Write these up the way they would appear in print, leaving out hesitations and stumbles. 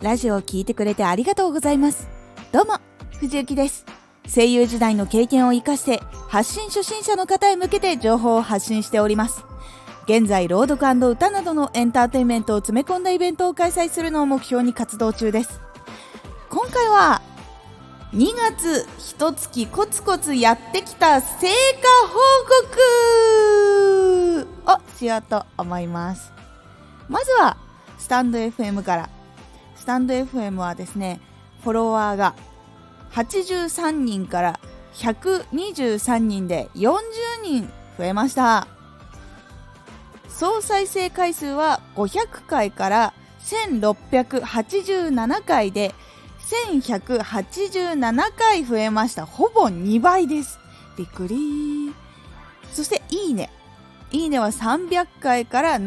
ラジオを聞いてくれてありがとうございます。どうも藤幸です。声優時代の経験を生かして発信初心者の方へ向けて情報を発信しております。現在朗読&歌などのエンターテインメントを詰め込んだイベントを開催するのを目標に活動中です。今回は2月1月コツコツやってきた成果報告をしようと思います。まずはスタンド FM から。スタンド FM はですね、フォロワーが83人から123人で40人増えました。総再生回数は500回から1687回で1187回増えました。ほぼ2倍です。びっくり。そしていいねは300回から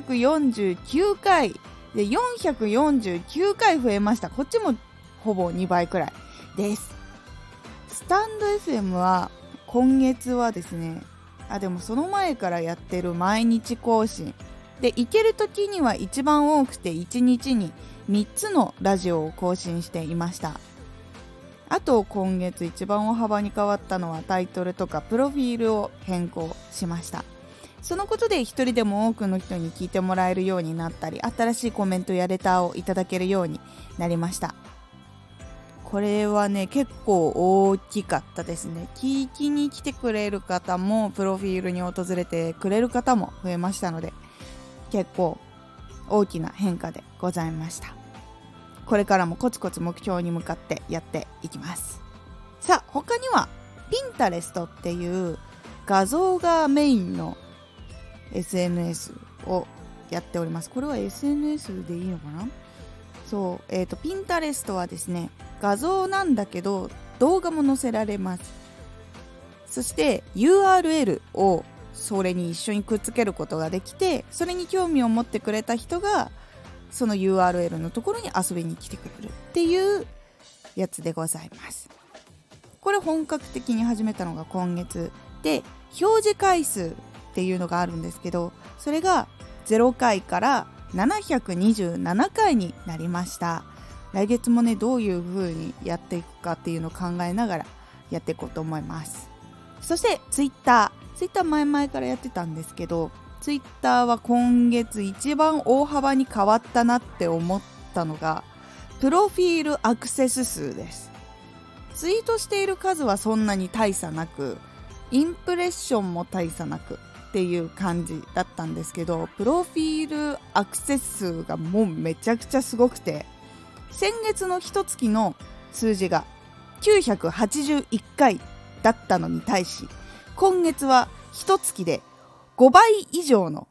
749回で449回増えました。こっちもほぼ2倍くらいです。スタンド FM は今月はですね、でもその前からやってる毎日更新で、行ける時には一番多くて1日に3つのラジオを更新していました。あと今月一番大幅に変わったのはタイトルとかプロフィールを変更しました。そのことで一人でも多くの人に聞いてもらえるようになったり、新しいコメントやレターをいただけるようになりました。これはね、結構大きかったですね。聞きに来てくれる方もプロフィールに訪れてくれる方も増えましたので、結構大きな変化でございました。これからもコツコツ目標に向かってやっていきます。さあ、他にはPinterestっていう画像がメインの SNS をやっております。これは SNS でいいのかな？そう、Pinterest はですね、画像なんだけど動画も載せられます。そして URL をそれに一緒にくっつけることができて、それに興味を持ってくれた人がその URL のところに遊びに来てくれるっていうやつでございます。これ本格的に始めたのが今月で、表示回数っていうのがあるんですけど、それが0回から727回になりました。来月もね、どういう風にやっていくかっていうのを考えながらやっていこうと思います。そしてツイッター前々からやってたんですけど、ツイッターは今月一番大幅に変わったなって思ったのがプロフィールアクセス数です。ツイートしている数はそんなに大差なく、インプレッションも大差なくっていう感じだったんですけど、プロフィールアクセス数がもうめちゃくちゃすごくて、先月の一月の数字が981回だったのに対し、今月は一月で5倍以上の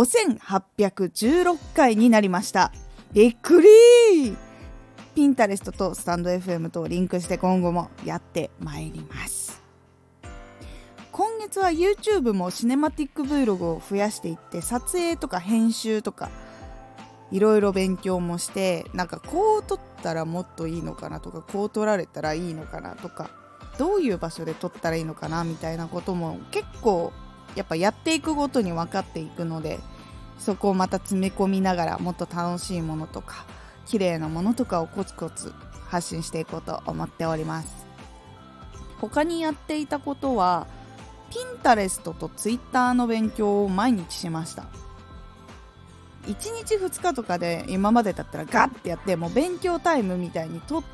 5816回になりました。びっくりー。ピンタレストとスタンド FM とリンクして今後もやってまいります。今月は YouTube もシネマティック Vlog を増やしていって、撮影とか編集とかいろいろ勉強もして、なんかこう撮ったらもっといいのかなとか、こう撮られたらいいのかなとか、どういう場所で撮ったらいいのかなみたいなことも結構やっぱやっていくごとに分かっていくので、そこをまた詰め込みながらもっと楽しいものとか綺麗なものとかをコツコツ発信していこうと思っております。他にやっていたことはPinterestと Twitter の勉強を毎日しました。1日2日とかで今までだったらガッてやって、もう勉強タイムみたいにとって、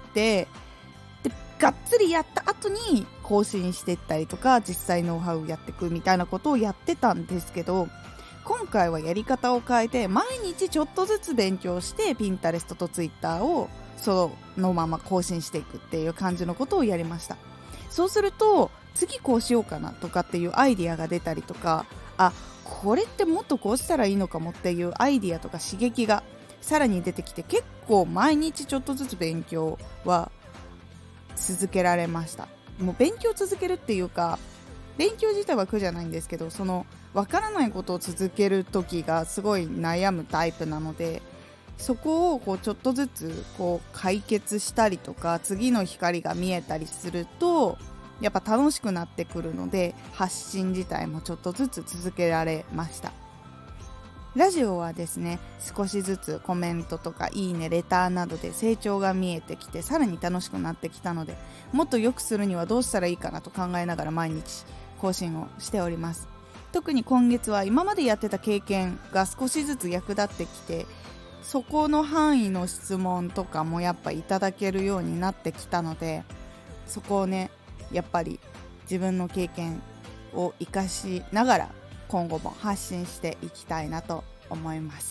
でがっつりやった後に更新していったりとか、実際ノウハウやっていくみたいなことをやってたんですけど、今回はやり方を変えて毎日ちょっとずつ勉強して Pinterest と Twitter をそのまま更新していくっていう感じのことをやりました。そうすると次こうしようかなとかっていうアイディアが出たりとか、これってもっとこうしたらいいのかもっていうアイディアとか刺激がさらに出てきて、結構毎日ちょっとずつ勉強は続けられました。もう勉強続けるっていうか、勉強自体は苦じゃないんですけど、その分からないことを続ける時がすごい悩むタイプなので、そこをこうちょっとずつこう解決したりとか、次の光が見えたりするとやっぱ楽しくなってくるので、発信自体もちょっとずつ続けられました。 ラジオはですね、少しずつコメントとかいいね、レターなどで成長が見えてきて、さらに楽しくなってきたので、もっと良くするにはどうしたらいいかなと考えながら毎日更新をしております。特に今月は今までやってた経験が少しずつ役立ってきて、そこの範囲の質問とかもやっぱいただけるようになってきたので、そこをね、やっぱり自分の経験を生かしながら今後も発信していきたいなと思います。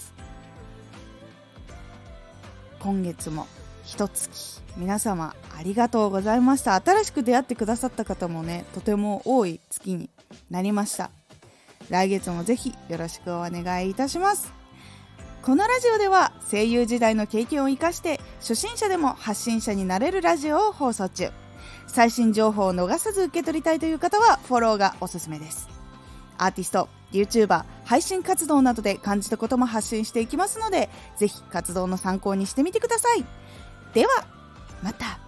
今月も一月皆様ありがとうございました。新しく出会ってくださった方もね、とても多い月になりました。来月もぜひよろしくお願いいたします。このラジオでは声優時代の経験を生かして初心者でも発信者になれるラジオを放送中。最新情報を逃さず受け取りたいという方はフォローがおすすめです。アーティスト、YouTuber、配信活動などで感じたことも発信していきますので、ぜひ活動の参考にしてみてください。ではまた。